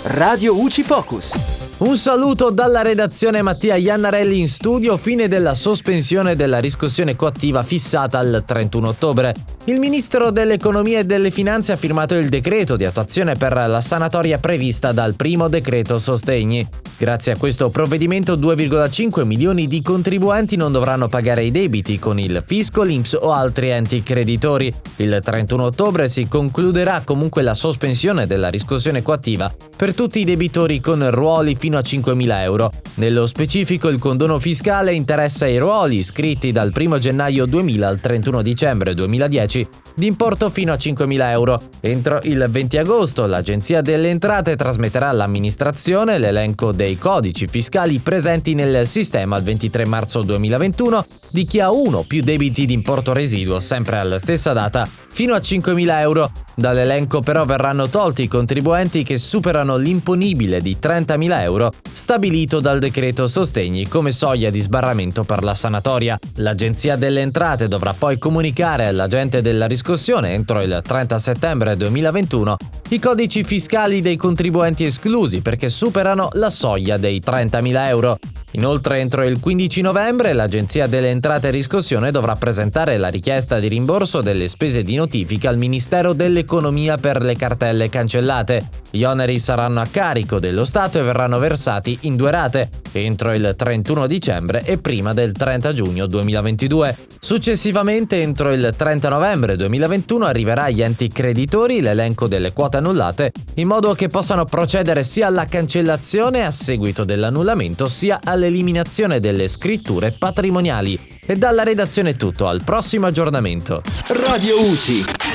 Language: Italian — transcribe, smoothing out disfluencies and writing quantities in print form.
Radio UCI Focus. Un saluto dalla redazione Mattia Iannarelli in studio. Fine della sospensione della riscossione coattiva fissata al 31 ottobre. Il ministro dell'Economia e delle Finanze ha firmato il decreto di attuazione per la sanatoria prevista dal primo decreto sostegni. Grazie a questo provvedimento 2,5 milioni di contribuenti non dovranno pagare i debiti con il fisco, l'INPS o altri enti creditori. Il 31 ottobre si concluderà comunque la sospensione della riscossione coattiva per tutti i debitori con ruoli fino a 5.000 euro. Nello specifico il condono fiscale interessa i ruoli iscritti dal 1 gennaio 2000 al 31 dicembre 2010 di importo fino a 5.000 euro. Entro il 20 agosto l'Agenzia delle Entrate trasmetterà all'amministrazione l'elenco dei codici fiscali presenti nel sistema al 23 marzo 2021 di chi ha uno o più debiti di importo residuo sempre alla stessa data fino a 5.000 euro. Dall'elenco però verranno tolti i contribuenti che superano l'imponibile di 30.000 euro stabilito dal decreto sostegni come soglia di sbarramento per la sanatoria. L'Agenzia delle Entrate dovrà poi comunicare all'agente della riscossione entro il 30 settembre 2021 i codici fiscali dei contribuenti esclusi perché superano la soglia dei 30.000 euro. Inoltre, entro il 15 novembre l'Agenzia delle Entrate e Riscossione dovrà presentare la richiesta di rimborso delle spese di notifica al Ministero dell'Economia per le cartelle cancellate. Gli oneri saranno a carico dello Stato e verranno versati in 2 rate, entro il 31 dicembre e prima del 30 giugno 2022. Successivamente, entro il 30 novembre 2021 arriverà agli enti creditori l'elenco delle quote annullate, in modo che possano procedere sia alla cancellazione a seguito dell'annullamento sia all'eliminazione delle scritture patrimoniali. E dalla redazione è tutto, al prossimo aggiornamento. Radio UCI.